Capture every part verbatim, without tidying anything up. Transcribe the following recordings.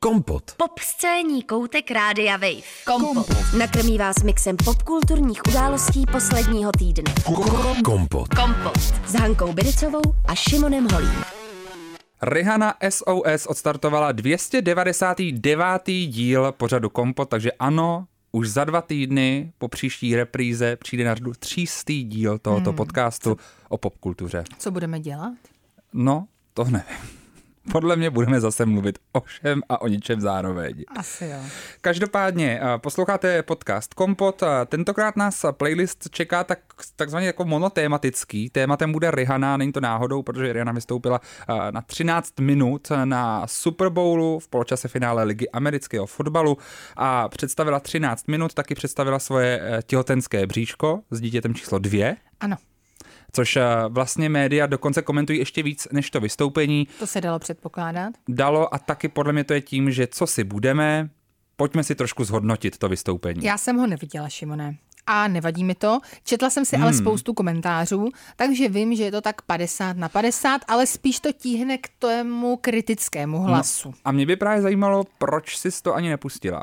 Kompot. Popscénní koutek Rádia Wave. Kompot. Kompot. Nakrmí vás mixem popkulturních událostí posledního týdne. Kompot. Kompot. S Hankou Bidicovou a Šimonem Holím. Rihanna S O S odstartovala dvě stě devadesátý devátý díl pořadu Kompot, takže ano, už za dva týdny po příští repríze přijde na řadu třístý díl tohoto hmm. podcastu o popkultuře. Co budeme dělat? No, to nevím. Podle mě budeme zase mluvit o všem a o ničem zároveň. Asi jo. Každopádně posloucháte podcast Kompot. Tentokrát nás playlist čeká tak, takzvaně jako monotématický. Tématem bude Rihanna, není to náhodou, protože Rihanna vystoupila na třináct minut na Super Bowlu v poločase finále Ligy amerického fotbalu a představila třináct minut, taky představila svoje těhotenské bříško s dítětem číslo dvě. Ano. Což vlastně média dokonce komentují ještě víc než to vystoupení. To se dalo předpokládat. Dalo a taky podle mě to je tím, že co si budeme, pojďme si trošku zhodnotit to vystoupení. Já jsem ho neviděla, Šimone. A nevadí mi to. Četla jsem si hmm. ale spoustu komentářů, takže vím, že je to tak padesát na padesát, ale spíš to tíhne k tomu kritickému hlasu. No, a mě by právě zajímalo, proč jsi to ani nepustila.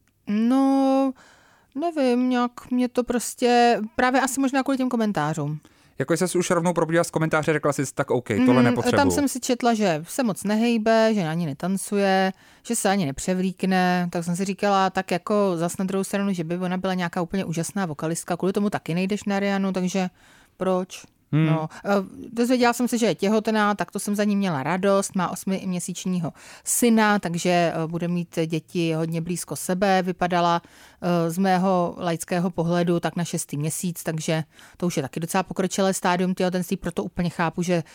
No, nevím, nějak mě to prostě, právě asi možná kvůli těm komentářům. Jako jsi už rovnou probudila z komentáře, řekla jsi, tak OK, tohle mm, nepotřebuju. Tam jsem si četla, že se moc nehejbe, že ani netancuje, že se ani nepřevlíkne, tak jsem si říkala, tak jako zas na druhou stranu, že by ona byla nějaká úplně úžasná vokalistka, kvůli tomu taky nejdeš na Rihannu, takže proč? Hmm. No, dozvěděla jsem se, že je těhotná, tak to jsem za ní měla radost, má osmiměsíčního syna, takže bude mít děti hodně blízko sebe, vypadala z mého laického pohledu tak na šestý měsíc, takže to už je taky docela pokročilé stádium těhotenství, proto úplně chápu, že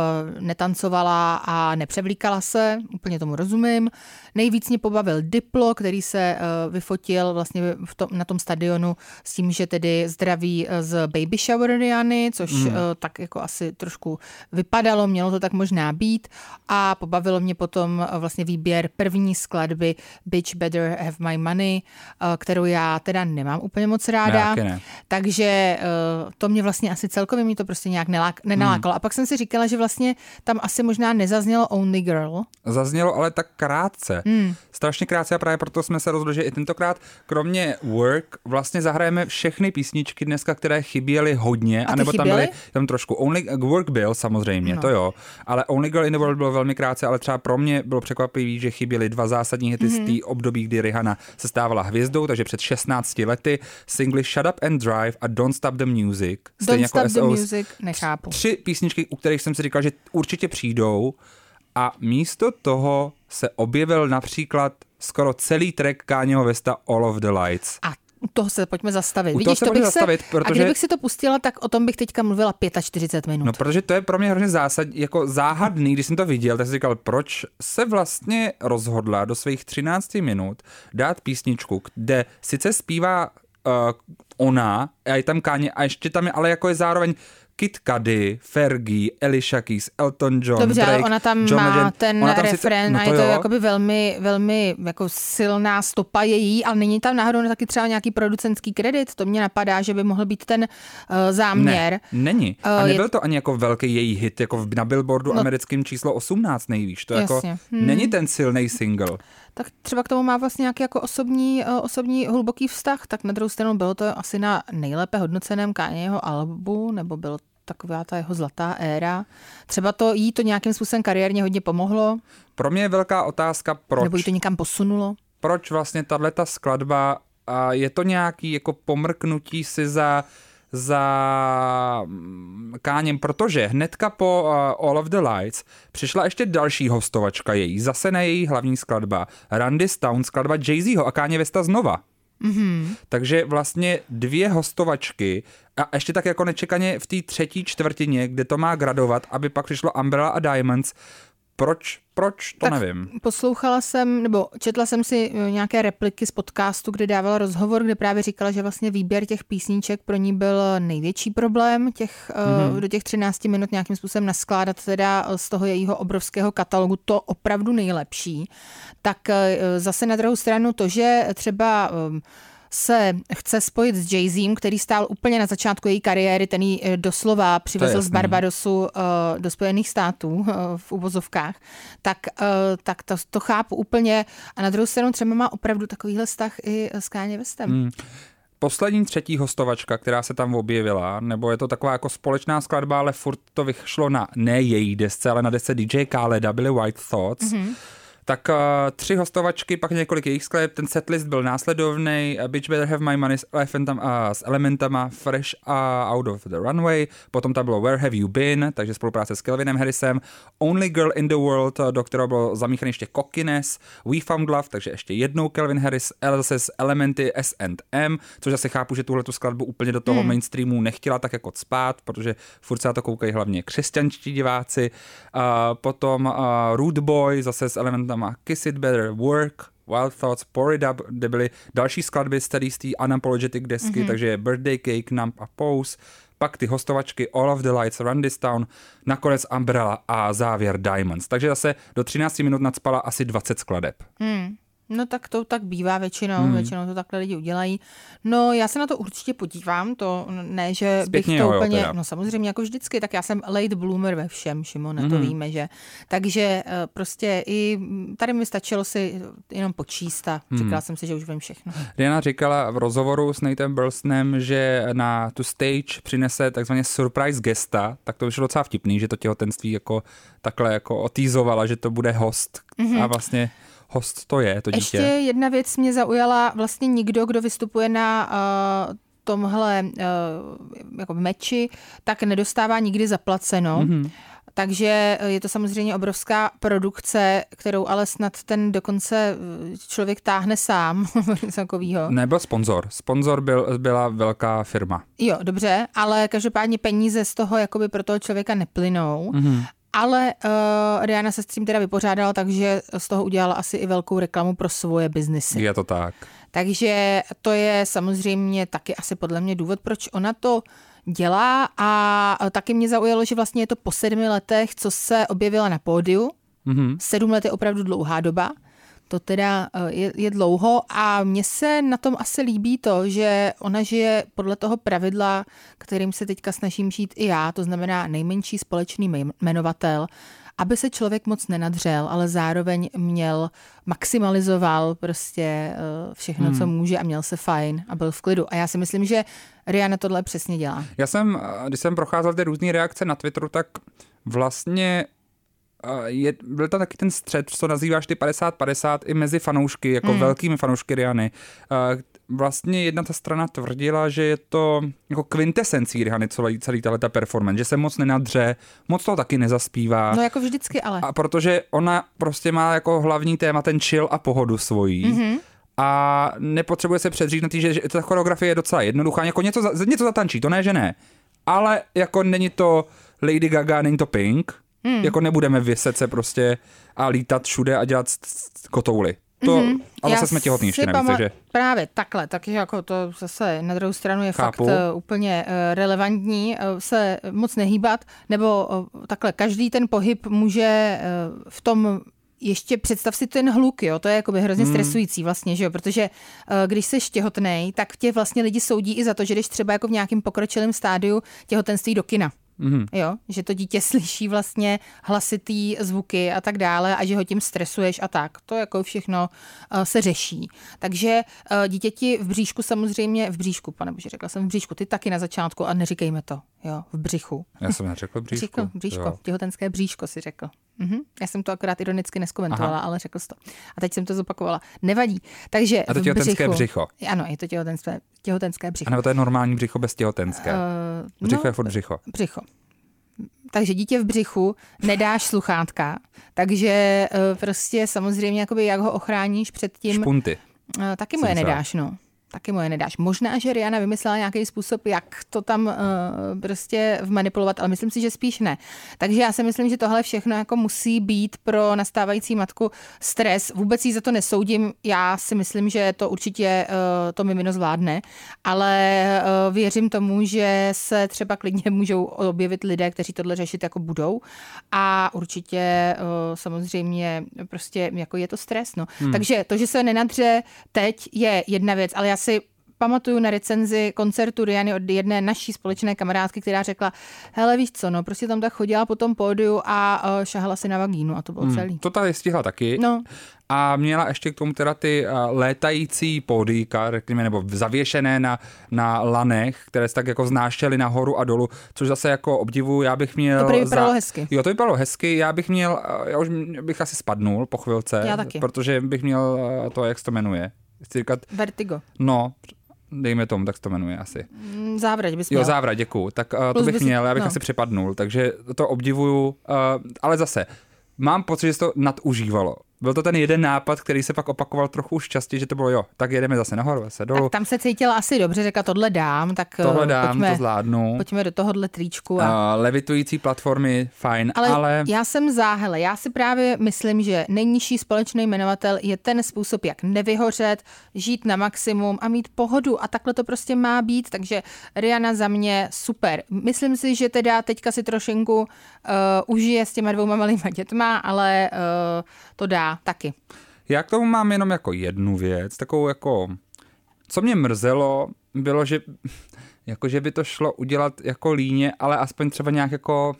netancovala a nepřevlíkala se, úplně tomu rozumím. Nejvíc mě pobavil Diplo, který se vyfotil vlastně v tom, na tom stadionu s tím, že tedy zdraví z baby shower Rihanny, což hmm. tak jako asi trošku vypadalo, mělo to tak možná být a pobavilo mě potom vlastně výběr první skladby Bitch Better Have My Money, kterou já teda nemám úplně moc ráda, ne, ne. takže to mě vlastně asi celkově mi to prostě nějak nelák, nenalákalo. Hmm. A pak jsem si říkala, že vlastně tam asi možná nezaznělo Only Girl. Zaznělo, ale tak krátce. Hmm. Strašně krátce a právě proto jsme se rozhodli, že i tentokrát kromě Work vlastně zahrajeme všechny písničky dneska, které chyběly hodně, a anebo tam chyběly? byly tam trošku. Only Work byl samozřejmě, no. to jo, ale Only Girl in the World bylo velmi krátce, ale třeba pro mě bylo překvapivý, že chyběly dva zásadní hity mm-hmm. z té období, kdy Rihanna se stávala hvězdou, takže před šestnácti lety singly Shut Up and Drive a Don't Stop the Music. Don't jako Stop S the O S. Music, nechápu. Tři písničky, u kterých jsem si říkal, že určitě přijdou a místo toho se objevil například skoro celý track Kanyeho Westa All of the Lights. A u toho se pojďme zastavit. U Vidíš, se to bych zastavit, se, protože... A kdybych si to pustila, tak o tom bych teďka mluvila čtyřicet pět minut. No, protože to je pro mě hrozně zásad, jako záhadný, když jsem to viděl, tak jsem říkal, proč se vlastně rozhodla do svých třinácti minut dát písničku, kde sice zpívá uh, ona, a je tam Kanye, a ještě tam je, ale jako je zároveň Kid Cudi, Fergie, Alicia Keys, Elton John, Dobře, Drake, ale ona tam John má Legend. ten Ona tam refrén sice, no a je to jo. jakoby velmi, velmi jako silná stopa její, ale není tam náhodou taky třeba nějaký producentský kredit? To mě napadá, že by mohl být ten uh, záměr. Ne, není. A Uh, nebyl je... to ani jako velký její hit, jako na Billboardu no, americkým číslo osmnáct nejvíš. To jasně. jako hmm. není ten silný single. Tak třeba k tomu má vlastně nějaký jako osobní, uh, osobní hluboký vztah, tak na druhou stranu bylo to asi na nejlépe hodnoceném Kanyeho albu, nebo bylo taková ta jeho zlatá éra. Třeba to jí to nějakým způsobem kariérně hodně pomohlo. Pro mě je velká otázka, proč. Nebo jí to někam posunulo. Proč vlastně tato skladba, a je to nějaký jako pomrknutí si za, za Káněm, protože hnedka po uh, All of the Lights přišla ještě další hostovačka její, zase na její hlavní skladba, Randy Stone, skladba Jay-Zho a Kanye Westa znova. Mm-hmm. Takže vlastně dvě hostovačky a ještě tak jako nečekaně v té třetí čtvrtině, kde to má gradovat, aby pak přišlo Umbrella a Diamonds. Proč? Proč? To tak nevím. Poslouchala jsem, nebo četla jsem si nějaké repliky z podcastu, kde dávala rozhovor, kde právě říkala, že vlastně výběr těch písniček pro ní byl největší problém, těch, mm-hmm. do těch třinácti minut nějakým způsobem naskládat teda z toho jejího obrovského katalogu to opravdu nejlepší. Tak zase na druhou stranu to, že třeba se chce spojit s Jay-Zem, který stál úplně na začátku její kariéry, ten ji doslova přivezl z Barbadosu uh, do Spojených států uh, v uvozovkách, tak, uh, tak to, to chápu úplně. A na druhou stranu třeba má opravdu takovýhle vztah i s Kanye Westem. Hmm. Poslední třetí hostovačka, která se tam objevila, nebo je to taková jako společná skladba, ale furt to vyšlo na ne její desce, ale na desce D J Khaleda, byly White Thoughts. Mm-hmm. Tak uh, tři hostovačky, pak několik jejich skladeb, ten setlist byl následovný, Bitch Better Have My Money s, Elementam, uh, s Elementama, Fresh uh, Out of the Runway, potom tam bylo Where Have You Been, takže spolupráce s Calvinem Harrisem, Only Girl in the World, do kterého bylo zamíchaný ještě Cockiness, We Found Love, takže ještě jednou Calvin Harris, zase s Elementy S and M, což zase chápu, že tuhletu skladbu úplně do toho hmm. mainstreamu nechtěla tak jako cpát, protože furt se na to koukají hlavně křesťanští diváci, uh, potom uh, Rude Boy, zase s Elementem má Kiss It Better, Work, Wild Thoughts, Pour It Up, kde byly další skladby z té Unapologetic desky, mm-hmm. takže Birthday Cake, Numb a Pose, pak ty hostovačky All of the Lights, Run This Town, nakonec Umbrella a závěr Diamonds. Takže zase do třinácti minut nacpala asi dvacet skladeb. Hmm. No tak to tak bývá většinou, hmm. většinou to takhle lidi udělají. No já se na to určitě podívám, to ne, že Zpětně bych to jo, úplně, jo, no samozřejmě jako vždycky, tak já jsem late bloomer ve všem, Šimone, hmm. to víme, že. Takže prostě i tady mi stačilo si jenom počíst a hmm. říkala jsem si, že už vím všechno. Rihanna říkala v rozhovoru s Natem Burstonem, že na tu stage přinese takzvaně surprise guesta, tak to vyšlo docela vtipný, že to těhotenství jako takhle jako otýzovala, že to bude host hmm. a vlastně host to je, to dítě. Ještě jedna věc mě zaujala, vlastně nikdo, kdo vystupuje na uh, tomhle uh, jako meči, tak nedostává nikdy zaplaceno. Mm-hmm. Takže je to samozřejmě obrovská produkce, kterou ale snad ten dokonce člověk táhne sám. Takovýho. Nebyl sponzor. Sponzor byl, byla velká firma. Jo, dobře, ale každopádně peníze z toho jakoby pro toho člověka neplynou. Mm-hmm. Ale uh, Rihanna se s tím teda vypořádala, takže z toho udělala asi i velkou reklamu pro svoje biznesy. Je to tak. Takže to je samozřejmě taky asi podle mě důvod, proč ona to dělá a taky mě zaujalo, že vlastně je to po sedmi letech, co se objevila na pódiu. Mm-hmm. Sedm let je opravdu dlouhá doba. To teda je, je dlouho a mně se na tom asi líbí to, že ona žije podle toho pravidla, kterým se teďka snažím žít i já, to znamená nejmenší společný jmenovatel, aby se člověk moc nenadřel, ale zároveň měl, maximalizoval prostě všechno, hmm. co může a měl se fajn a byl v klidu. A já si myslím, že Rihanna tohle přesně dělá. Já jsem, když jsem procházel ty různé reakce na Twitteru, tak vlastně Je, byl tam taky ten střed, co nazýváš ty padesát padesát i mezi fanoušky, jako mm. velkými fanoušky Rihanny. Vlastně jedna ta strana tvrdila, že je to jako kvintesencí Rihanny celý, celý tahleta performance, že se moc nenadře, moc toho taky nezaspívá. No jako vždycky ale. A protože ona prostě má jako hlavní téma ten chill a pohodu svojí. Mm-hmm. A nepotřebuje se předřít na tý, že, že ta choreografie je docela jednoduchá, jako něco, za, něco zatančí, to ne, že ne. Ale jako není to Lady Gaga, není to Pink, Hmm. jako nebudeme vyset se prostě a lítat všude a dělat kotouly. To, mm-hmm. ale zase jsme těhotný ještě navíc, takže... Právě takhle, takže jako to zase na druhou stranu je Chápu. fakt uh, úplně uh, relevantní uh, se moc nehýbat, nebo uh, takhle, každý ten pohyb může uh, v tom ještě představ si ten hluk, jo, to je jakoby hrozně hmm. stresující vlastně, že jo, protože uh, když jsi těhotnej, tak tě vlastně lidi soudí i za to, že jdeš třeba jako v nějakém pokročilém stádiu těhotenství do kina. Mm-hmm. Jo, že to dítě slyší vlastně hlasitý zvuky a tak dále a že ho tím stresuješ a tak. To jako všechno uh, se řeší. Takže uh, dítěti v bříšku samozřejmě, v bříšku, panebože, řekla jsem v bříšku, ty taky na začátku a neříkejme to, jo, v břichu. Já jsem neřekl bříšku. Bříško, bříško, jo. Těhotenské bříško si řekl. Mhm. Já jsem to akorát ironicky neskomentovala, Aha. ale řekl jsi to. A teď jsem to zopakovala. Nevadí. Takže a to těhotenské břichu, břicho. Ano, je to těhotenské, těhotenské břicho. A nebo to je normální břicho bez těhotenské. Uh, břicho no, je furt břicho. Břicho. Takže dítě v břichu, nedáš sluchátka, takže uh, prostě samozřejmě jakoby jak ho ochráníš před tím... Špunty. Uh, taky mu je nedáš, no. Taky mu je nedáš. Možná, že Rihanna vymyslela nějaký způsob, jak to tam uh, prostě vmanipulovat, ale myslím si, že spíš ne. Takže já si myslím, že tohle všechno jako musí být pro nastávající matku stres. Vůbec jí za to nesoudím. Já si myslím, že to určitě uh, to mimino zvládne, ale uh, věřím tomu, že se třeba klidně můžou objevit lidé, kteří tohle řešit jako budou. A určitě uh, samozřejmě prostě jako je to stres. No. Hmm. Takže to, že se nenadře teď, je jedna věc, ale já si pamatuju na recenzi koncertu Riany od jedné naší společné kamarádky, která řekla, hele víš co, no prostě tam tak chodila po tom pódiu a uh, šahala si na vagínu a to bylo hmm, celý. To tady stihla taky. No. A měla ještě k tomu teda ty uh, létající pódíka, řekněme, nebo zavěšené na, na lanech, které se tak jako znášely nahoru a dolů, což zase jako obdivuju, já bych měl... To vypadalo za... hezky. Jo, to vypadalo hezky, já bych měl, já už bych asi spadnul po chvilce, Já taky. protože bych měl to, jak se to jmenuje. Chci říkat... Vertigo. No, dejme tomu, tak se to jmenuje asi. Závrať bys měl. Jo, závrať, děkuju. Tak uh, to bych měl, já bych no. asi přepadnul, takže to obdivuju, uh, ale zase, mám pocit, že se to nadužívalo. Byl to ten jeden nápad, který se pak opakoval trochu už častěji, že to bylo jo, tak jedeme zase nahoru, zase dolů. Tak tam se cítila asi dobře, řekla tohle dám, tak tohle dám, pojďme, to zvládnu. Pojďme do tohohle tričku. A... Uh, levitující platformy, fajn, ale, ale... já jsem záhele, já si právě myslím, že nejnižší společný jmenovatel je ten způsob, jak nevyhořet, žít na maximum a mít pohodu a takhle to prostě má být, takže Rihanna za mě super. Myslím si, že teda teďka si trošinku uh, užije s těma dvouma malýma dětma, ale uh, to dá taky. Já k tomu mám jenom jako jednu věc, takovou jako, co mě mrzelo, bylo, že jako, že by to šlo udělat jako líně, ale aspoň třeba nějak jako,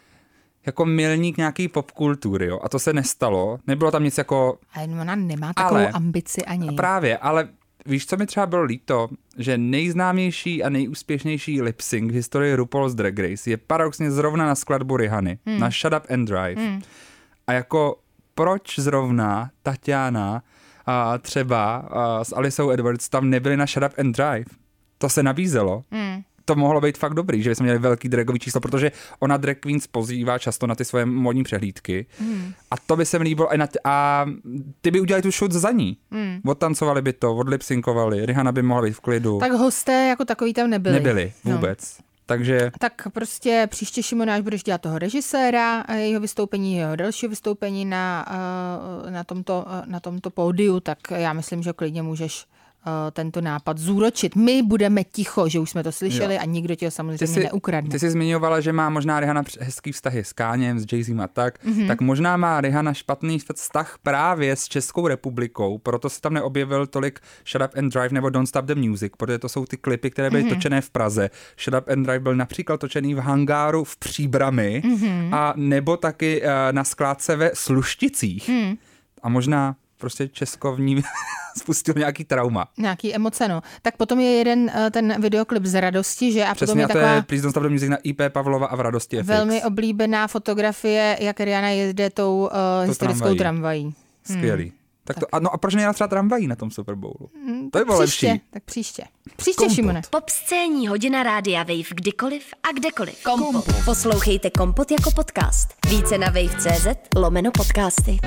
jako milník nějaký popkultury, jo, a to se nestalo, nebylo tam nic jako... Ale ona nemá takovou ale, ambici ani. Právě, ale víš, co mi třeba bylo líto, že nejznámější a nejúspěšnější lip-sync v historii RuPaul's Drag Race je paradoxně zrovna na skladbu Rihanny, hmm. na Shut Up and Drive. Hmm. A jako proč zrovna Tatiana a třeba a s Alicou Edwards tam nebyly na Shut Up and Drive? To se nabízelo. Mm. To mohlo být fakt dobrý, že bychom měli velký dragový číslo, protože ona drag queens pozývá často na ty svoje módní přehlídky. Mm. A to by se mi líbilo. A, a ty by udělali tu shoot za ní. Mm. Odtancovali by to, odlipsinkovali. Rihanna by mohla být v klidu. Tak hosté jako takový tam nebyli. Nebyli vůbec. No. Takže... Tak prostě příště, Šimone, až budeš dělat toho režiséra, jeho vystoupení, jeho dalšího vystoupení na, na, tomto, na tomto pódiu, tak já myslím, že klidně můžeš tento nápad zúročit. My budeme ticho, že už jsme to slyšeli jo. a nikdo ti ho samozřejmě jsi, neukradne. Ty jsi zmiňovala, že má možná Rihanna hezký vztahy s Káněm, s Jay-Zem a tak, mm-hmm. tak možná má Rihanna špatný vztah právě s Českou republikou, proto se tam neobjevil tolik Shut Up and Drive nebo Don't Stop the Music, protože to jsou ty klipy, které byly mm-hmm. točené v Praze. Shut Up and Drive byl například točený v hangáru v Příbrami mm-hmm. a nebo taky uh, na skládce ve Slušticích. Mm. A možná prostě Česko v ní spustil nějaký trauma. Nějaký emoce, no. Tak potom je jeden ten videoklip z Radosti, že? A přesně, potom je a to taková je Please Don't Stop the Music na í pé Pavlova a v Radosti F X. Velmi oblíbená fotografie, jak Rihanna jede tou uh, to historickou tramvají. tramvají. Skvělý. Hmm. Tak, tak to, a no a proč nejela třeba tramvají na tom Super Bowlu? Hmm, to by bylo příště, lepší. Tak příště. Příště, Šimone. Pop scéní hodina rádia Wave kdykoliv a kdekoliv. Kompot. Poslouchejte Kompot jako podcast. Více na wave tečka cé zet lomeno podcasty.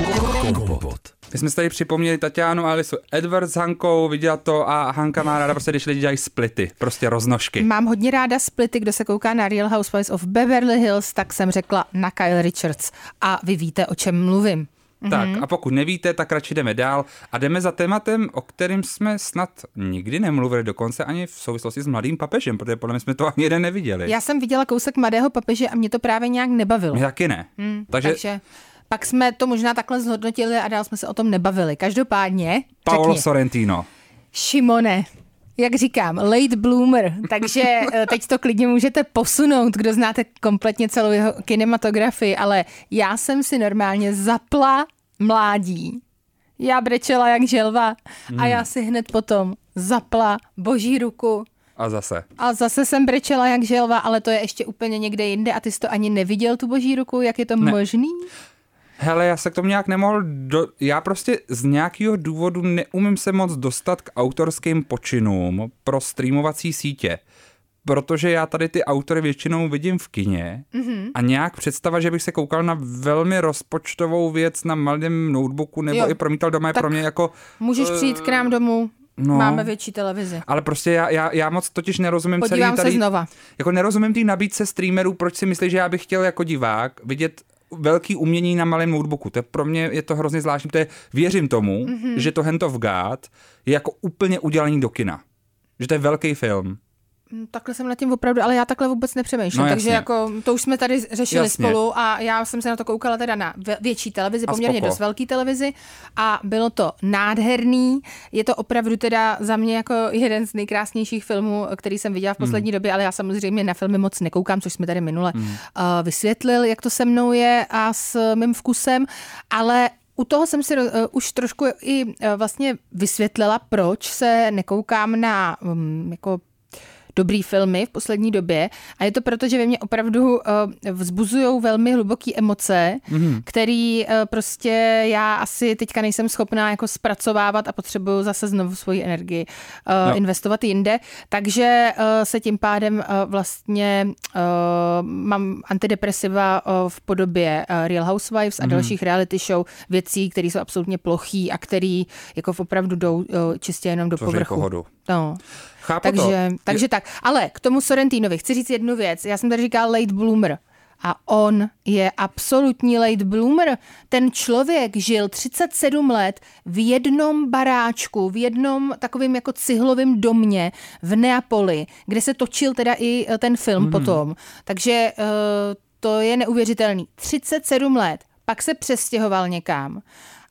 Kompot. My jsme si tady připomněli Tatianu a Alisu Edwards s Hankou, viděla to a Hanka má ráda prostě, když lidi dělají splity, prostě roznožky. Mám hodně ráda splity, kdo se kouká na Real Housewives of Beverly Hills, tak jsem řekla na Kyle Richards. A vy víte, o čem mluvím. Tak mm-hmm. a pokud nevíte, tak radši jdeme dál a jdeme za tématem, o kterém jsme snad nikdy nemluvili, dokonce ani v souvislosti s mladým papežem, protože podle mě jsme to ani jeden neviděli. Já jsem viděla kousek Mladého papeže a mě to právě nějak nebavilo. Mě taky ne. Mm, takže... takže pak jsme to možná takhle zhodnotili a dál jsme se o tom nebavili. Každopádně, Paolo řekni, Sorrentino. Šimone, jak říkám, late bloomer, takže teď to klidně můžete posunout, kdo znáte kompletně celou jeho kinematografii, ale já jsem si normálně zapla mládí. Já brečela jak želva hmm. a já si hned potom zapla Boží ruku. A zase. A zase jsem brečela jak želva, ale to je ještě úplně někde jinde a ty jsi to ani neviděl, tu Boží ruku, jak je to ne. možný? Hele, já se k tomu nějak nemohl, do... já prostě z nějakého důvodu neumím se moc dostat k autorským počinům pro streamovací sítě, protože já tady ty autory většinou vidím v kině mm-hmm. a nějak představa, že bych se koukal na velmi rozpočtovou věc na malém notebooku nebo jo. i promítal doma je pro mě jako... Můžeš uh... přijít k nám domů. No, máme větší televizi. Ale prostě já, já, já moc totiž nerozumím Podívám celý tady... se znova. Jako nerozumím té nabídce streamerů, proč si myslí, že já bych chtěl jako divák vidět velký umění na malém notebooku. To je pro mě je to hrozně zvláštní, to je, věřím tomu, mm-hmm. že to Hand of God je jako úplně udělaný do kina. Že to je velký film. Takhle jsem nad tím opravdu, ale já takhle vůbec nepřemýšlím, no, takže jako to už jsme tady řešili jasně. spolu a já jsem se na to koukala teda na větší televizi, a poměrně spoko. dost velký televizi a bylo to nádherný, je to opravdu teda za mě jako jeden z nejkrásnějších filmů, který jsem viděla v poslední hmm. době, ale já samozřejmě na filmy moc nekoukám, což jsme tady minule hmm. uh, vysvětlil, jak to se mnou je a s mým vkusem, ale u toho jsem si uh, už trošku i uh, vlastně vysvětlila, proč se nekoukám na um, jako dobrý filmy v poslední době a je to proto, že ve mně opravdu uh, vzbuzujou velmi hluboké emoce, mm-hmm. který uh, prostě já asi teďka nejsem schopná jako zpracovávat a potřebuju zase znovu svoji energii uh, no. investovat jinde, takže uh, se tím pádem uh, vlastně uh, mám antidepresiva uh, v podobě uh, Real Housewives mm-hmm. a dalších reality show, věcí, které jsou absolutně plochý a které jako opravdu jdou uh, čistě jenom do Tvoří povrchu. Pohodu. No. Chápu takže, to. takže tak. Ale k tomu Sorrentinovi chci říct jednu věc. Já jsem tady říkal late bloomer. A on je absolutní late bloomer. Ten člověk žil třicet sedm let v jednom baráčku, v jednom takovým jako cihlovém domě v Neapoli, kde se točil teda i ten film mm. potom. Takže uh, to je neuvěřitelný. třicet sedm let. Pak se přestěhoval někam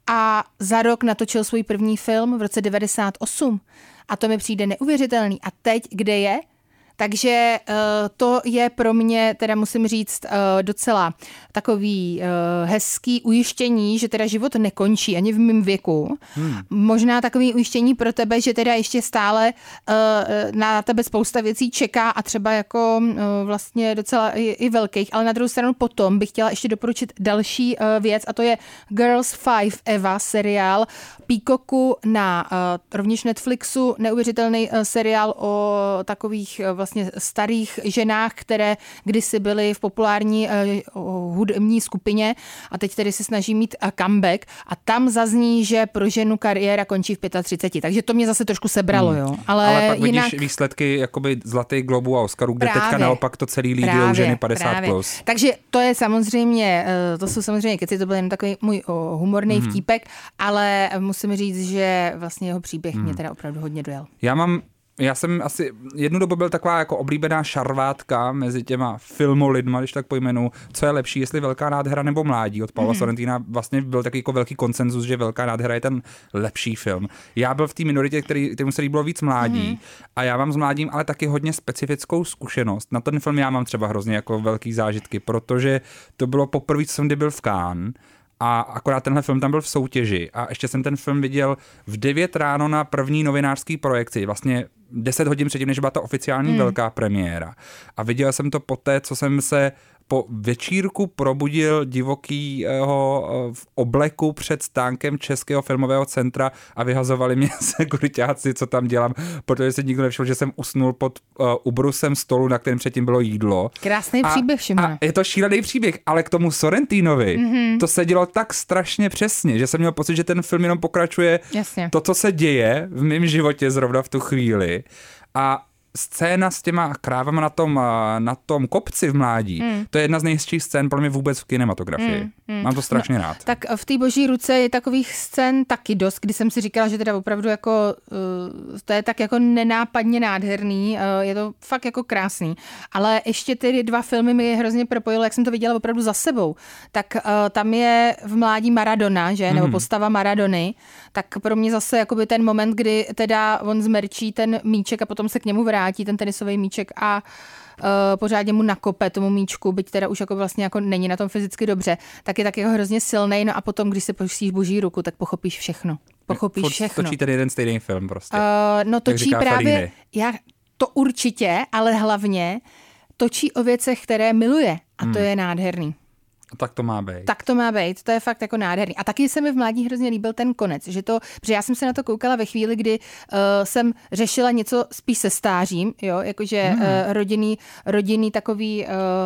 a za rok natočil svůj první film v roce devadesát osm. A to mi přijde neuvěřitelný. A teď kde je? Takže uh, to je pro mě, teda musím říct, uh, docela takový uh, hezký ujištění, že teda život nekončí ani v mém věku. Hmm. Možná takový ujištění pro tebe, že teda ještě stále uh, na tebe spousta věcí čeká a třeba jako uh, vlastně docela i, i velkých, ale na druhou stranu potom bych chtěla ještě doporučit další uh, věc a to je Girls Five Eva seriál Peacocku na uh, rovněž Netflixu, neuvěřitelný uh, seriál o takových uh, vlastně starých ženách, které kdysi byly v populární uh, hudební skupině a teď tedy se snaží mít uh, comeback a tam zazní, že pro ženu kariéra končí v třiceti pěti. Takže to mě zase trošku sebralo, hmm. jo. Ale, Ale pak jinak... vidíš výsledky jakoby Zlatý Globu a Oscaru, kde právě, teďka naopak to celý lídí u ženy padesát plus. Takže to je samozřejmě, to jsou samozřejmě keci, to byl jen takový můj humorný hmm. vtípek, ale musím říct, že vlastně jeho příběh hmm. mě teda opravdu hodně dojel. Já mám Já jsem asi jednu dobu byl taková jako oblíbená šarvátka mezi těma filmolidma, když tak pojmenu, co je lepší, jestli Velká nádhera nebo Mládí od Paula mm. Sorrentina. Vlastně byl takový jako velký konsenzus, že Velká nádhera je ten lepší film. Já byl v té minoritě, který, kterému se líbilo víc Mládí mm. a já mám s Mládím ale taky hodně specifickou zkušenost. Na ten film já mám třeba hrozně jako velký zážitky, protože to bylo poprvé, co jsem kdy byl v Cannes. A akorát tenhle film tam byl v soutěži a ještě jsem ten film viděl v devět ráno na první novinářský projekci, vlastně deset hodin předtím, než byla ta oficiální hmm. velká premiéra. A viděl jsem to poté, co jsem se po večírku probudil divokýho v obleku před stánkem Českého filmového centra a vyhazovali mě sekuritáci, co tam dělám, protože si nikdo nevšiml, že jsem usnul pod uh, ubrusem stolu, na kterém předtím bylo jídlo. Krásný a, příběh, Šimone. A je to šílený příběh, ale k tomu Sorrentinovi mm-hmm. to se dělo tak strašně přesně, že jsem měl pocit, že ten film jenom pokračuje Jasně. to, co se děje v mém životě zrovna v tu chvíli. A scéna s těma krávama na tom, na tom kopci v Mládí, mm. to je jedna z nejhezčích scén pro mě vůbec v kinematografii. Mm, mm. Mám to strašně no, rád. Tak v té Boží ruce je takových scén taky dost, kdy jsem si říkala, že teda opravdu jako uh, to je tak jako nenápadně nádherný, uh, je to fakt jako krásný. Ale ještě ty dva filmy mi hrozně propojilo, jak jsem to viděla opravdu za sebou. Tak uh, tam je v Mládí Maradona, že? Mm. Nebo postava Maradony. Tak pro mě zase jakoby ten moment, kdy teda on zmerčí ten míček a potom se k němu vrátí ten tenisový míček a uh, pořádně mu nakope tomu míčku, byť teda už jako vlastně jako není na tom fyzicky dobře, tak je tak jako hrozně silnej, no a potom, když se pustíš Boží ruku, tak pochopíš všechno. Pochopíš Furt všechno. Točí ten jeden stejný film prostě. Uh, no točí právě, já, to určitě, ale hlavně točí o věcech, které miluje a hmm. to je nádherný. Tak to má být. Tak to má být, to je fakt jako nádherný. A taky se mi v Mládí hrozně líbil ten konec, že to, protože já jsem se na to koukala ve chvíli, kdy uh, jsem řešila něco spíš se stářím, jo, jakože mm. uh, rodinný, rodinný takový uh,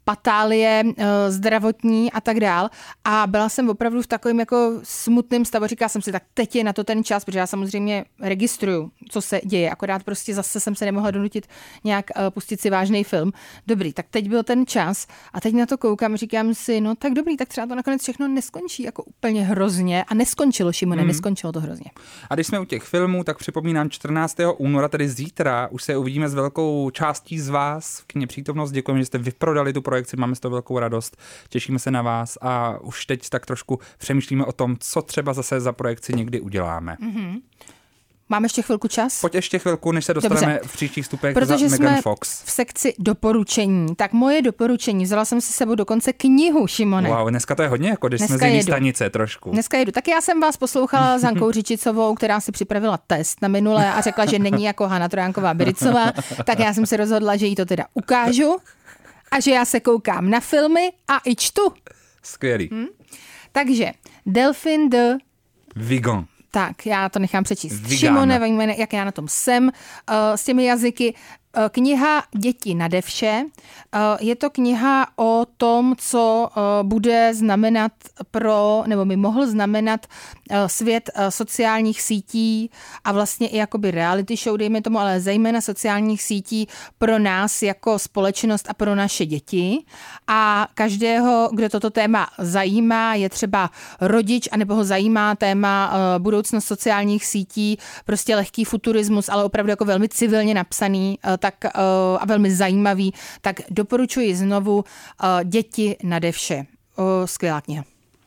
patálie e, zdravotní a tak dál. A byla jsem opravdu v takovém jako smutném stavu. Říkala jsem si, tak teď je na to ten čas, protože já samozřejmě registruju, co se děje. Akorát prostě zase jsem se nemohla donutit nějak e, pustit si vážný film. Dobrý, tak teď byl ten čas a teď na to koukám, říkám si, no tak dobrý, tak třeba to nakonec všechno neskončí jako úplně hrozně. A neskončilo, Šimone, hmm. neskončilo to hrozně. A když jsme u těch filmů, tak připomínám čtrnáctého února, tedy zítra, už se uvidíme s velkou částí z vás v kyně Přítomnost. Děkujeme, že jste vyprodali tu projekci, máme z toho velkou radost, těšíme se na vás a už teď tak trošku přemýšlíme o tom, co třeba zase za projekci někdy uděláme. Mm-hmm. Máme ještě chvilku čas? Pojď ještě chvilku, než se dostaneme Dobře. v příštích vstupech Protože za Megan Fox. V sekci doporučení. Tak moje doporučení, vzala jsem si sebou dokonce knihu, Šimone. Wow, dneska to je hodně, jako když dneska jsme z jiný jedu. stanice trošku. Dneska jedu. Tak já jsem vás poslouchala s Hankou Řičicovou, která si připravila test na minulé a řekla, že není jako Hana Trojánková-Biricová, tak já jsem se rozhodla, že jí to teda ukážu a že já se koukám na filmy a i čtu. Skvělý. Hm? Takže Delphine de Vigan. Tak, já to nechám přečíst. Vigana. Šimone, víme, jak já na tom jsem uh, s těmi jazyky. Uh, kniha Děti nade vše. Uh, je to kniha o tom, co uh, bude znamenat pro, nebo by mohl znamenat uh, svět uh, sociálních sítí a vlastně i jakoby reality show, dejme tomu, ale zejména sociálních sítí pro nás jako společnost a pro naše děti. A každého, kdo toto téma zajímá, je třeba rodič, anebo ho zajímá téma uh, budoucnost sociálních sítí, prostě lehký futurismus, ale opravdu jako velmi civilně napsaný, uh, tak uh, a velmi zajímavý, tak doporučuji znovu uh, Děti nade vše. Uh, skvělá kniha.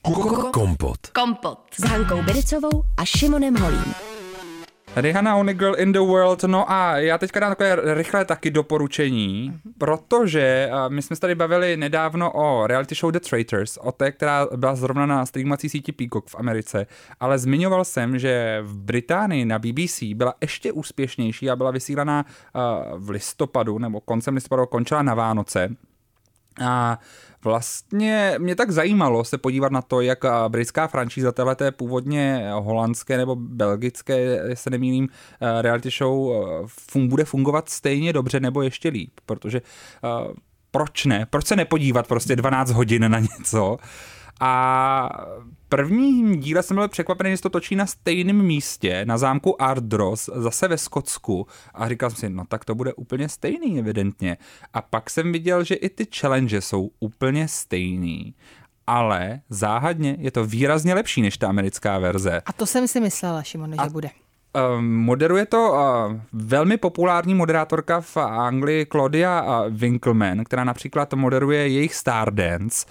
Kompot. Kompot s Hankou Biricovou a Šimonem Holím. Rihanna, Only Girl in the World, no a já teďka dám takové rychlé taky doporučení, mm-hmm. protože my jsme se tady bavili nedávno o reality show The Traitors, o té, která byla zrovna na streamovací síti Peacock v Americe, ale zmiňoval jsem, že v Británii na B B C byla ještě úspěšnější a byla vysílaná v listopadu, nebo koncem listopadu, končila na Vánoce. A vlastně mě tak zajímalo se podívat na to, jak britská franšíza téhleté původně holandské nebo belgické, jestli se nemýlím, reality show fun- bude fungovat stejně dobře nebo ještě líp, protože uh, proč ne? Proč se nepodívat prostě dvanáct hodin na něco? A prvním díle jsem byl překvapený, že se to točí na stejném místě, na zámku Ardross, zase ve Skotsku. A říkal jsem si, no tak to bude úplně stejný evidentně. A pak jsem viděl, že i ty challenge jsou úplně stejný. Ale záhadně je to výrazně lepší než ta americká verze. A to jsem si myslela, Šimone, že bude. Moderuje to velmi populární moderátorka v Anglii Claudia Winkleman, která například moderuje jejich Stardance,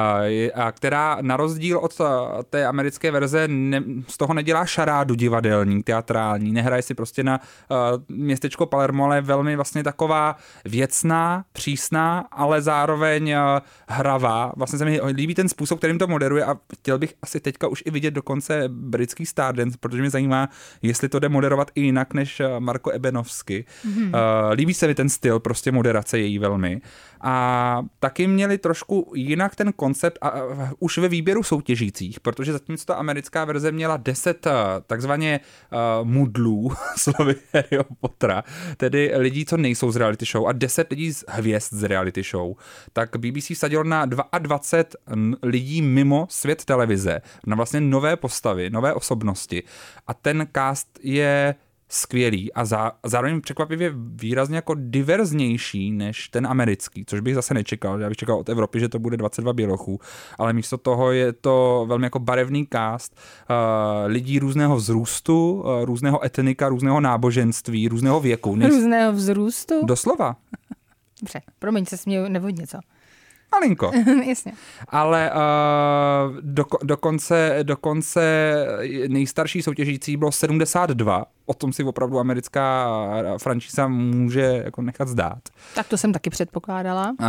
a která na rozdíl od té americké verze ne, z toho nedělá šarádu divadelní, teatrální, nehraje si prostě na městečko Palermo, ale je velmi vlastně taková věcná, přísná, ale zároveň hravá. Vlastně se mi líbí ten způsob, kterým to moderuje a chtěl bych asi teďka už i vidět dokonce britský Stardance, protože mě zajímá, jestli to jde moderovat i jinak než Marko Ebenovsky. Mm-hmm. Uh, líbí se mi ten styl prostě moderace její velmi. A taky měli trošku jinak ten koncept a, a, už ve výběru soutěžících, protože zatímco ta americká verze měla deset takzvaně uh, mudlů, slovy Harryho Pottera, tedy lidí, co nejsou z reality show a deset lidí z hvězd z reality show, tak B B C vsadil na dvacet dva lidí mimo svět televize, na vlastně nové postavy, nové osobnosti. A ten cast je skvělý a zá, zároveň překvapivě výrazně jako diverznější než ten americký, což bych zase nečekal. Já bych čekal od Evropy, že to bude dvacet dva bělochů, ale místo toho je to velmi jako barevný cast uh, lidí různého vzrůstu, uh, různého etnika, různého náboženství, různého věku. Nejs... Různého vzrůstu? Doslova. Dobře, promiň, se směju nevodně, co? Malinko. Jasně. Ale uh, do, dokonce, dokonce nejstarší soutěžící bylo sedmdesát dva. O tom si opravdu americká franšíza může jako nechat zdát. Tak to jsem taky předpokládala. Uh,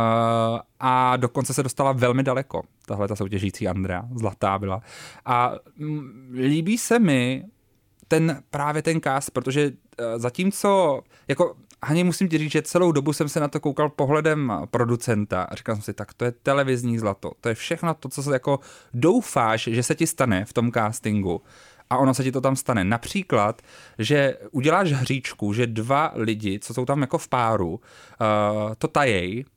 a dokonce se dostala velmi daleko, tahle ta soutěžící Andrea. Zlatá byla. A m, líbí se mi ten, právě ten cast, protože uh, zatímco jako Hani, musím ti říct, že celou dobu jsem se na to koukal pohledem producenta a říkal jsem si, tak to je televizní zlato. To je všechno to, co se jako doufáš, že se ti stane v tom castingu. A ono se ti to tam stane. Například, že uděláš hříčku, že dva lidi, co jsou tam jako v páru, uh, to tajej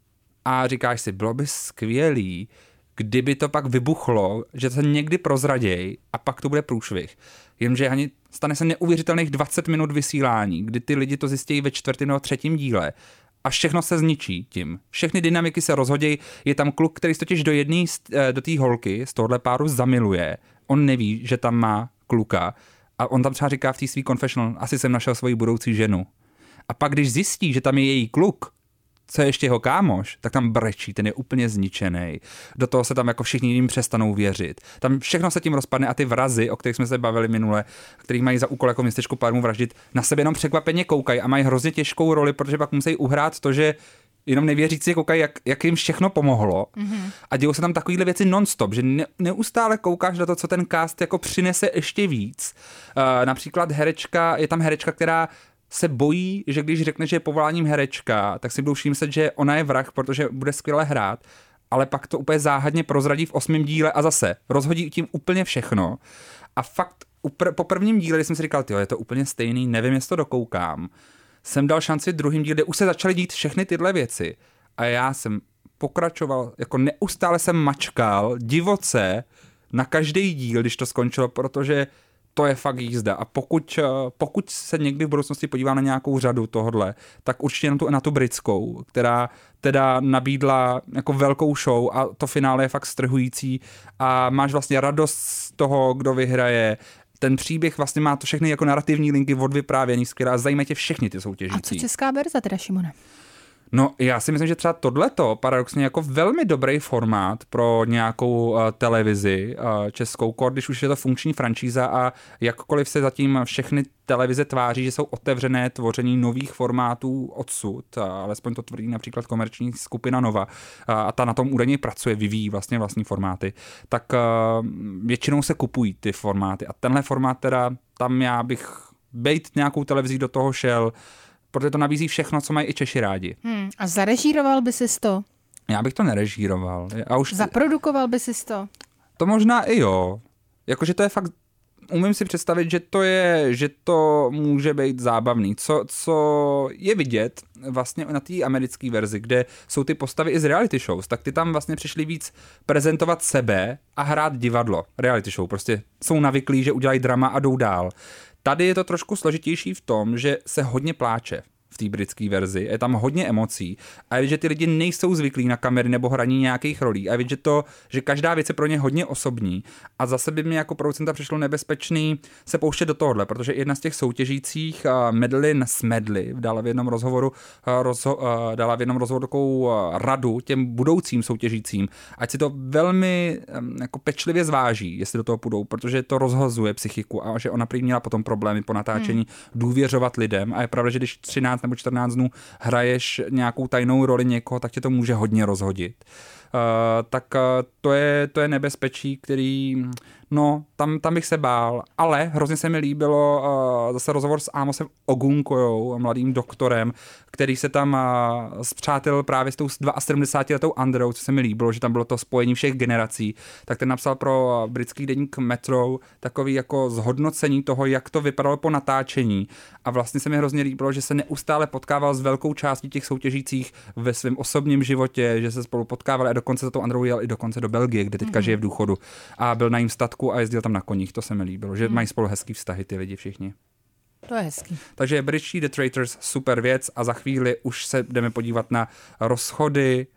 a říkáš si, bylo by skvělý, kdyby to pak vybuchlo, že se někdy prozraděj a pak to bude průšvih. Jenže ani stane se neuvěřitelných dvacet minut vysílání, kdy ty lidi to zjistí ve čtvrtém nebo třetím díle a všechno se zničí tím. Všechny dynamiky se rozhodějí. Je tam kluk, který se totiž do jedné, do té holky z tohohle páru zamiluje. On neví, že tam má kluka a on tam třeba říká v té svý confessional, asi jsem našel svoji budoucí ženu. A pak, když zjistí, že tam je její kluk, co je ještě jeho kámoš, tak tam brečí, ten je úplně zničený. Do toho se tam jako všichni jim přestanou věřit. Tam všechno se tím rozpadne a ty vrazy, o kterých jsme se bavili minule, který mají za úkol jako městečko Palermo vraždit, na sebe jenom překvapeně koukají a mají hrozně těžkou roli, protože pak musí uhrát to, že jenom nevěřící koukají, jak, jak jim všechno pomohlo. Mm-hmm. A dějou se tam takovýhle věci non-stop, že ne, neustále koukáš na to, co ten cast jako přinese ještě víc. Uh, například herečka, je tam herečka, která se bojí, že když řekne, že je povoláním herečka, tak si budou myslet, že ona je vrah, protože bude skvěle hrát, ale pak to úplně záhadně prozradí v osmém díle a zase rozhodí tím úplně všechno. A fakt upr- po prvním díle, když jsem si říkal, tyjo, je to úplně stejný, nevím, jestli to dokoukám, jsem dal šanci druhým díle, kde už se začaly dít všechny tyhle věci. A já jsem pokračoval, jako neustále jsem mačkal divoce na každý díl, když to skončilo, protože to je fakt jízda. A pokud, pokud se někdy v budoucnosti podívám na nějakou řadu tohodle, tak určitě na tu, na tu britskou, která teda nabídla jako velkou show a to finále je fakt strhující a máš vlastně radost z toho, kdo vyhraje. Ten příběh vlastně má to všechny jako narrativní linky odvyprávěný, skvělá, zajímají tě všechny ty soutěžící. A co česká verze teda, Šimone? No, já si myslím, že třeba tohleto paradoxně jako velmi dobrý formát pro nějakou uh, televizi uh, českou, kor, když už je to funkční franšíza a jakkoliv se zatím všechny televize tváří, že jsou otevřené tvoření nových formátů odsud, a alespoň to tvrdí například komerční skupina Nova a, a ta na tom údajně pracuje, vyvíjí vlastně vlastní formáty, tak uh, většinou se kupují ty formáty a tenhle formát teda, tam já bych bejt nějakou televizí do toho šel, protože to nabízí všechno, co mají i Češi rádi. Hmm, a zarežíroval by si to? Já bych to nerežíroval. A už Zaprodukoval by si to? To možná i jo. Jakože to je fakt, umím si představit, že to je, že to může být zábavný. Co, co je vidět vlastně na té americké verzi, kde jsou ty postavy i z reality shows, tak ty tam vlastně přišli víc prezentovat sebe a hrát divadlo. Reality show, prostě jsou navyklí, že udělají drama a jdou dál. Tady je to trošku složitější v tom, že se hodně pláče v té britské verzi, je tam hodně emocí a je, že ty lidi nejsou zvyklí na kamery nebo hraní nějakých rolí a je, že to, že každá věc je pro ně hodně osobní a zase by mi jako producenta přišlo nebezpečný se pouštět do tohohle, protože jedna z těch soutěžících, uh, Madeline Smedley, dala v jednom rozhovoru, uh, rozho- uh, dala v jednom rozhovoru takovou uh, radu těm budoucím soutěžícím, ať si to velmi um, jako pečlivě zváží, jestli do toho půjdou, protože to rozhazuje psychiku a že ona prý měla potom problémy po natáčení hmm. důvěřovat lidem a je pravda, že když třináct nebo čtrnáct dnů hraješ nějakou tajnou roli někoho, tak tě to může hodně rozhodit. Uh, tak uh, to je, to je nebezpečí, který, no, tam, tam bych se bál, ale hrozně se mi líbilo uh, zase rozhovor s Amosem Ogunkojou, mladým doktorem, který se tam uh, spřátel právě s tou sedmdesátiletou Andreou, co se mi líbilo, že tam bylo to spojení všech generací, tak ten napsal pro uh, britský deník Metro takový jako zhodnocení toho, jak to vypadalo po natáčení a vlastně se mi hrozně líbilo, že se neustále potkával s velkou částí těch soutěžících ve svém osobním životě, že se spolu potkávali a dokonce za tou Androu jel i dokonce do Belgie, kde teďka mm-hmm. žije v důchodu a byl na jím statku a jezdil tam na koních, to se mi líbilo, že mm. mají spolu hezký vztahy ty lidi všichni. To je hezký. Takže Britští The Traitors, super věc a za chvíli už se jdeme podívat na rozchody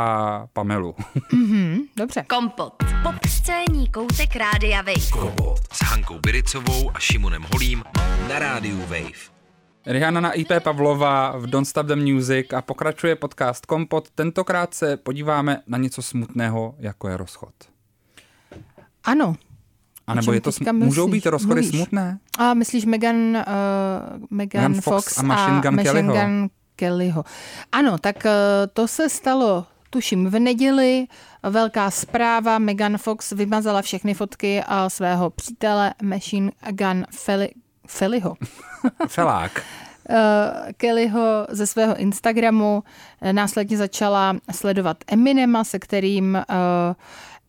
a Pamelu. Mm-hmm, dobře. Kompot. Popscénní koutek Rádia Wave. Kompot s Hankou Biricovou a Šimonem Holím na Rádiu Wave. Rihanna na í pé Pavlova v Don't Stop the Music a pokračuje podcast Kompot. Tentokrát se podíváme na něco smutného, jako je rozchod. Ano. A nebo je to sm- můžou být rozchody mluvíš? Smutné? A myslíš Megan, uh, Megan, Megan Fox, Fox a Machine Gun, Machine Kellyho. Gun Kellyho. Ano, tak uh, to se stalo, tuším, v neděli. Velká zpráva, Megan Fox vymazala všechny fotky a svého přítele Machine Gun Feli, Feliho. Felák. Uh, Kellyho ze svého Instagramu. Následně začala sledovat Eminema, se kterým uh,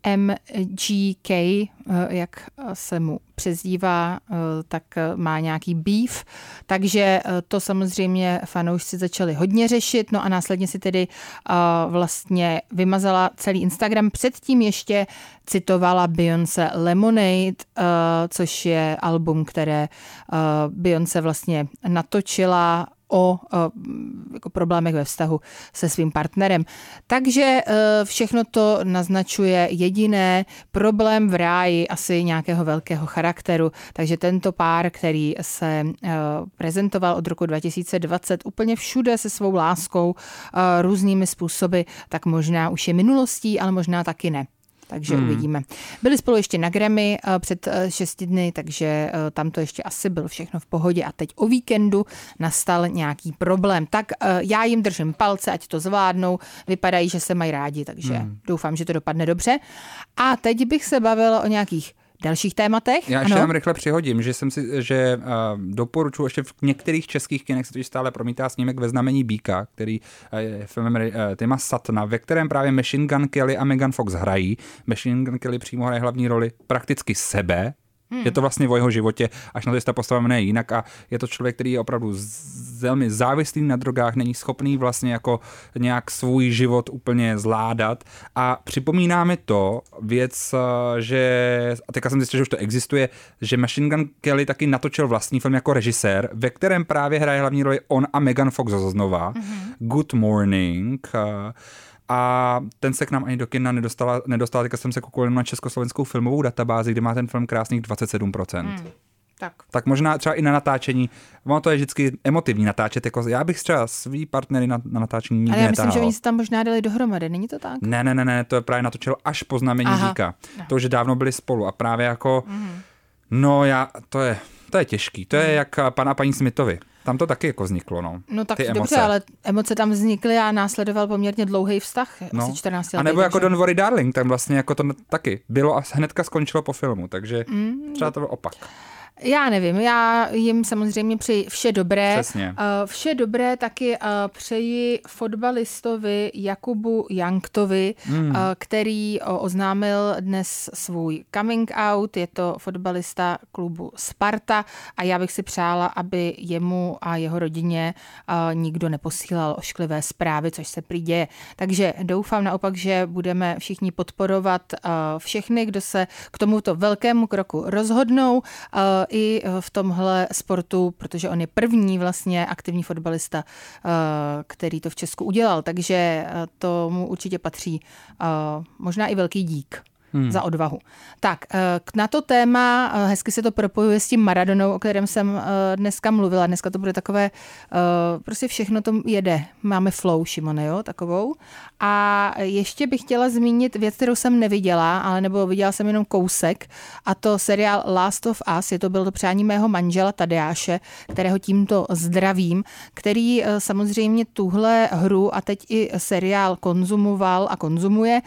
M G K, jak se mu přezdívá, tak má nějaký beef, takže to samozřejmě fanoušci začali hodně řešit, no a následně si tedy vlastně vymazala celý Instagram. Předtím ještě citovala Beyoncé Lemonade, což je album, které Beyoncé vlastně natočila o jako problémech ve vztahu se svým partnerem. Takže všechno to naznačuje jediné, problém v ráji asi nějakého velkého charakteru. Takže tento pár, který se prezentoval od roku dva tisíce dvacet úplně všude se svou láskou různými způsoby, tak možná už je minulostí, ale možná taky ne. Takže hmm. uvidíme. Byli spolu ještě na Grammy před šesti dny, takže tam to ještě asi bylo všechno v pohodě a teď o víkendu nastal nějaký problém. Tak já jim držím palce, ať to zvládnou, vypadají, že se mají rádi, takže hmm. doufám, že to dopadne dobře. A teď bych se bavila o nějakých dalších tématech. Já ještě vám rychle přihodím, že jsem si, že uh, doporučuji ještě v některých českých kinech se to stále promítá snímek Ve znamení býka, který uh, je filmem uh, Tima Suttona, ve kterém právě Machine Gun Kelly a Megan Fox hrají. Machine Gun Kelly přímo hraje hlavní roli prakticky sebe. Hmm. Je to vlastně o jeho životě, až na to, jestli ta postava jmenuje jinak a je to člověk, který je opravdu z, velmi závislý na drogách, není schopný vlastně jako nějak svůj život úplně zvládat a připomíná mi to věc, že, a teďka jsem zjistil, že už to existuje, že Machine Gun Kelly taky natočil vlastní film jako režisér, ve kterém právě hraje hlavní roli on a Megan Fox znova. Hmm. Good Morning. A ten se k nám ani do kina nedostala, nedostala, teďka jsem se koukal na československou filmovou databázi, kde má ten film krásných dvacet sedm procent. Hmm, tak. tak možná třeba i na natáčení, ono to je vždycky emotivní natáčet, jako já bych třeba svý partnery na, na natáčení nikdy netáhal. Ale já myslím, netáhal. že oni se tam možná dali dohromady, není to tak? Ne, ne, ne, ne, to je právě natočil až po znamení býka. No. To už dávno byli spolu a právě jako, mm. no já, to je, to je těžký, to mm. je jak pan a paní Smithovi. Tam to taky jako vzniklo, no. No tak dobře, ale emoce tam vznikly a následoval poměrně dlouhý vztah, no. asi čtrnáct let. A nebo jako Don't Worry Darling, tam vlastně jako to taky bylo a hnedka skončilo po filmu, takže mm. třeba to byl opak. Já nevím, já jim samozřejmě přeji vše dobré. Přesně. Vše dobré taky přeji fotbalistovi Jakubu Janktovi, hmm. který oznámil dnes svůj coming out. Je to fotbalista klubu Sparta a já bych si přála, aby jemu a jeho rodině nikdo neposílal ošklivé zprávy, což se prý děje. Takže doufám naopak, že budeme všichni podporovat všechny, kdo se k tomuto velkému kroku rozhodnou, i v tomhle sportu, protože on je první vlastně aktivní fotbalista, který to v Česku udělal, takže tomu určitě patří možná i velký dík. Hmm. za odvahu. Tak, na to téma, hezky se to propojuje s tím Maradonou, o kterém jsem dneska mluvila. Dneska to bude takové, prostě všechno to jede. Máme flow, Šimone, jo, takovou. A ještě bych chtěla zmínit věc, kterou jsem neviděla, ale nebo viděla jsem jenom kousek, a to seriál Last of Us, je to bylo to přání mého manžela Tadeáše, kterého tímto zdravím, který samozřejmě tuhle hru a teď i seriál konzumoval a konzumuje.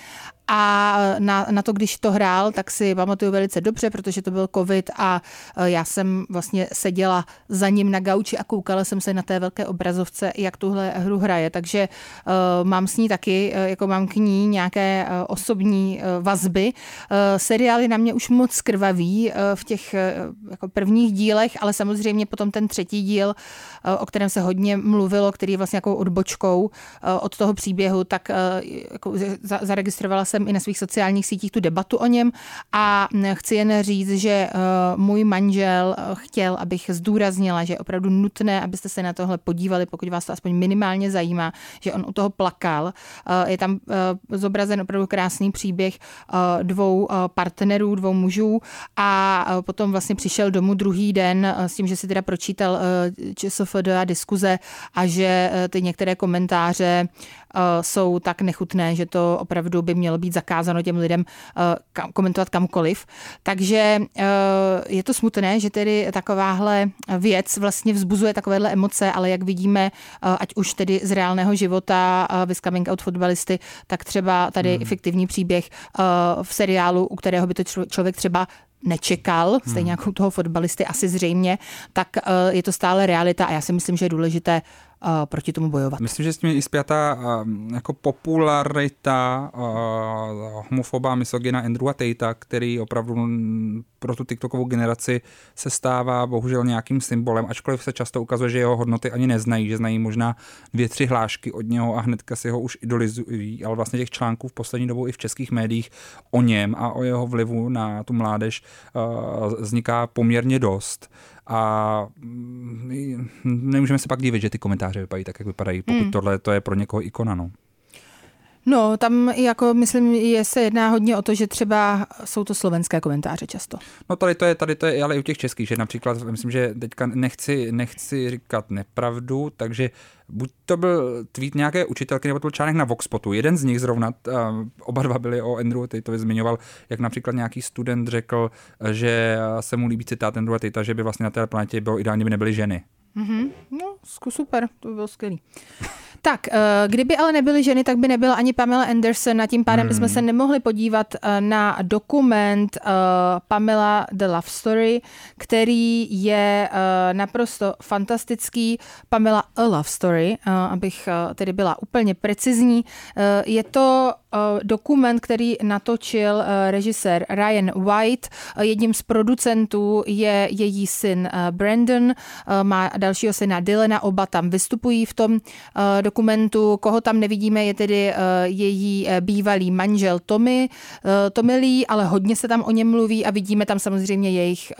A na, na to, když to hrál, tak si pamatuju velice dobře, protože to byl covid a já jsem vlastně seděla za ním na gauči a koukala jsem se na té velké obrazovce, jak tuhle hru hraje. Takže uh, mám s ní taky, uh, jako mám k ní nějaké uh, osobní uh, vazby. Uh, seriál je na mě už moc krvavý uh, v těch uh, jako prvních dílech, ale samozřejmě potom ten třetí díl, uh, o kterém se hodně mluvilo, který je vlastně jako odbočkou uh, od toho příběhu, tak uh, jako za, zaregistrovala jsem i na svých sociálních sítích tu debatu o něm a chci jen říct, že uh, můj manžel chtěl, abych zdůraznila, že je opravdu nutné, abyste se na tohle podívali, pokud vás to aspoň minimálně zajímá, že on u toho plakal. Uh, je tam uh, zobrazen opravdu krásný příběh uh, dvou uh, partnerů, dvou mužů a uh, potom vlastně přišel domů druhý den uh, s tím, že si teda pročítal uh, ČSFD a diskuze a že uh, ty některé komentáře uh, jsou tak nechutné, že to opravdu by mělo být zakázáno těm lidem uh, komentovat kamkoliv. Takže uh, je to smutné, že tedy takováhle věc vlastně vzbuzuje takovéhle emoce, ale jak vidíme, uh, ať už tedy z reálného života uh, with coming out fotbalisty, tak třeba tady hmm. fiktivní příběh uh, v seriálu, u kterého by to člověk třeba nečekal, stejně jako u toho fotbalisty asi zřejmě, tak uh, je to stále realita a já si myslím, že je důležité uh, proti tomu bojovat. Myslím, že s tím je i zpětá uh, jako popularita uh, homofoba, misogyna Andrewa Tatea, který opravdu pro tu TikTokovou generaci se stává bohužel nějakým symbolem, ačkoliv se často ukazuje, že jeho hodnoty ani neznají, že znají možná dvě, tři hlášky od něho a hnedka si ho už idolizují, ale vlastně těch článků v poslední dobou i v českých médiích o něm a o jeho vlivu na tu mládež uh, vzniká poměrně dost. A nemůžeme se pak divit, že ty komentáře vypadají tak, jak vypadají, pokud hmm. tohle to je pro někoho ikona. No. No, tam jako myslím, je se jedná hodně o to, že třeba jsou to slovenské komentáře často. No tady to je, tady to je ale i u těch českých, že například myslím, že teďka nechci, nechci říkat nepravdu, takže buď to byl tweet nějaké učitelky, nebo to byl článek na Voxpotu. Jeden z nich zrovna, oba dva byli o Andrew Tateovi, zmiňoval, jak například nějaký student řekl, že se mu líbí citát Andrewa Tatea, že by vlastně na té planetě bylo ideálně, by nebyly ženy. Mm-hmm. No, super, to by bylo skvělý. Tak, kdyby ale nebyly ženy, tak by nebyla ani Pamela Anderson a tím pádem hmm. bychom se nemohli podívat na dokument Pamela The Love Story, který je naprosto fantastický. Pamela A Love Story, abych tedy byla úplně precizní. Je to dokument, který natočil režisér Ryan White. Jedním z producentů je její syn Brandon, má dalšího syna Dylana, oba tam vystupují v tom dokumentu. Koho tam nevidíme, je tedy její bývalý manžel Tommy, Tommy Lee, ale hodně se tam o něm mluví a vidíme tam samozřejmě jejich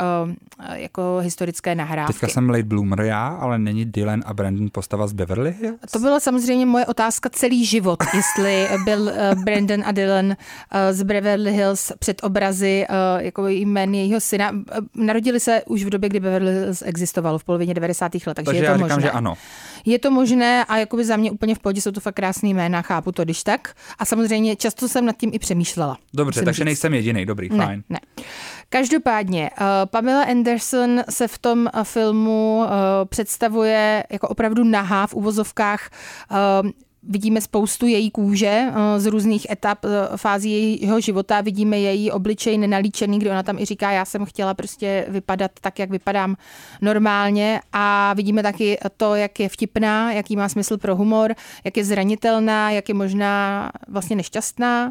jako historické nahrávky. Teďka jsem late bloomer já, ale není Dylan a Brandon postava z Beverly Hills? To byla samozřejmě moje otázka celý život, jestli byl Brandon a Dylan z Beverly Hills před obrazy jako jmén jejího syna. Narodili se už v době, kdy Beverly Hills existovalo v polovině devadesátých let, takže, takže je to já možné. říkám, že ano. Je to možné a jakoby za mě úplně v pohodě, jsou to fakt krásný jména, chápu to, když tak. A samozřejmě často jsem nad tím i přemýšlela. Dobře, takže říct. Nejsem jediný, dobrý, ne, fajn. Ne. Každopádně, uh, Pamela Anderson se v tom uh, filmu uh, představuje jako opravdu nahá v uvozovkách. Uh, Vidíme spoustu její kůže z různých etap fází jejího života. Vidíme její obličej nenalíčený, kdy ona tam i říká, já jsem chtěla prostě vypadat tak, jak vypadám normálně. A vidíme taky to, jak je vtipná, jaký má smysl pro humor, jak je zranitelná, jak je možná vlastně nešťastná,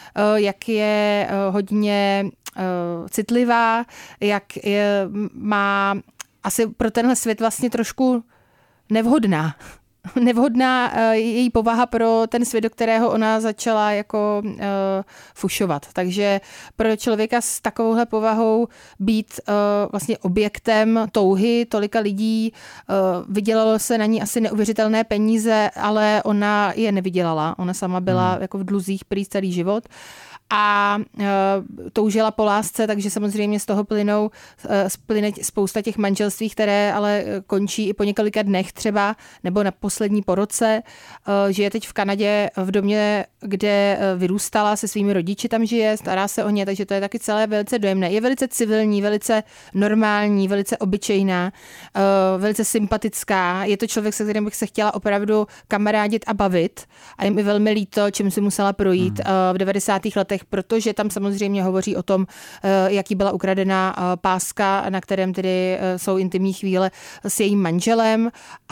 jak je hodně citlivá, jak je, má asi pro tenhle svět vlastně trošku nevhodná. Nevhodná uh, její povaha pro ten svět, do kterého ona začala jako uh, fušovat. Takže pro člověka s takovouhle povahou být uh, vlastně objektem touhy tolika lidí, uh, vydělalo se na ní asi neuvěřitelné peníze, ale ona je nevydělala. Ona sama byla hmm. jako v dluzích prý celý život. A uh, toužila po lásce, takže samozřejmě z toho plynou uh, plyne spousta těch manželství, které ale končí i po několika dnech třeba, nebo na poslední po roce. Uh, žije teď v Kanadě v domě, kde uh, vyrůstala se svými rodiči, tam žije, stará se o ně, takže to je taky celé velice dojemné. Je velice civilní, velice normální, velice obyčejná, uh, velice sympatická. Je to člověk, se kterým bych se chtěla opravdu kamarádit a bavit. A je mi velmi líto, čím si musela projít hmm. uh, v devadesátých letech, protože tam samozřejmě hovoří o tom, jaký byla ukradená páska, na kterém tedy jsou intimní chvíle s jejím manželem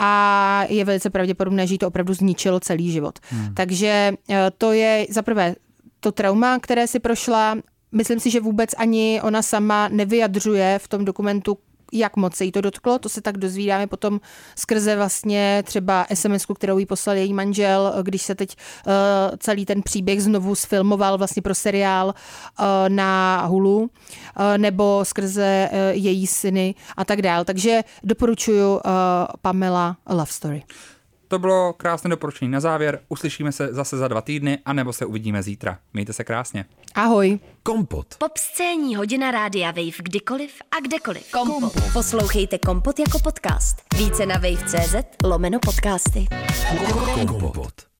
a je velice pravděpodobné, že jí to opravdu zničilo celý život. Hmm. Takže to je zaprvé to trauma, které si prošla. Myslím si, že vůbec ani ona sama nevyjadřuje v tom dokumentu, jak moc se jí to dotklo, to se tak dozvídáme potom skrze vlastně třeba es em esku, kterou jí poslal její manžel, když se teď uh, celý ten příběh znovu sfilmoval vlastně pro seriál uh, na Hulu, uh, nebo skrze uh, její syny a tak dál. Takže doporučuju uh, Pamela A Love Story. To bylo krásné doporučení na závěr. Uslyšíme se zase za dva týdny, anebo se uvidíme zítra. Mějte se krásně. Ahoj. Kompot. Popscénní hodina rádia Wave kdykoliv a kdekoliv. Kompot. Poslouchejte Kompot jako podcast. Více na wave tečka cz lomeno podcasty. Kompot.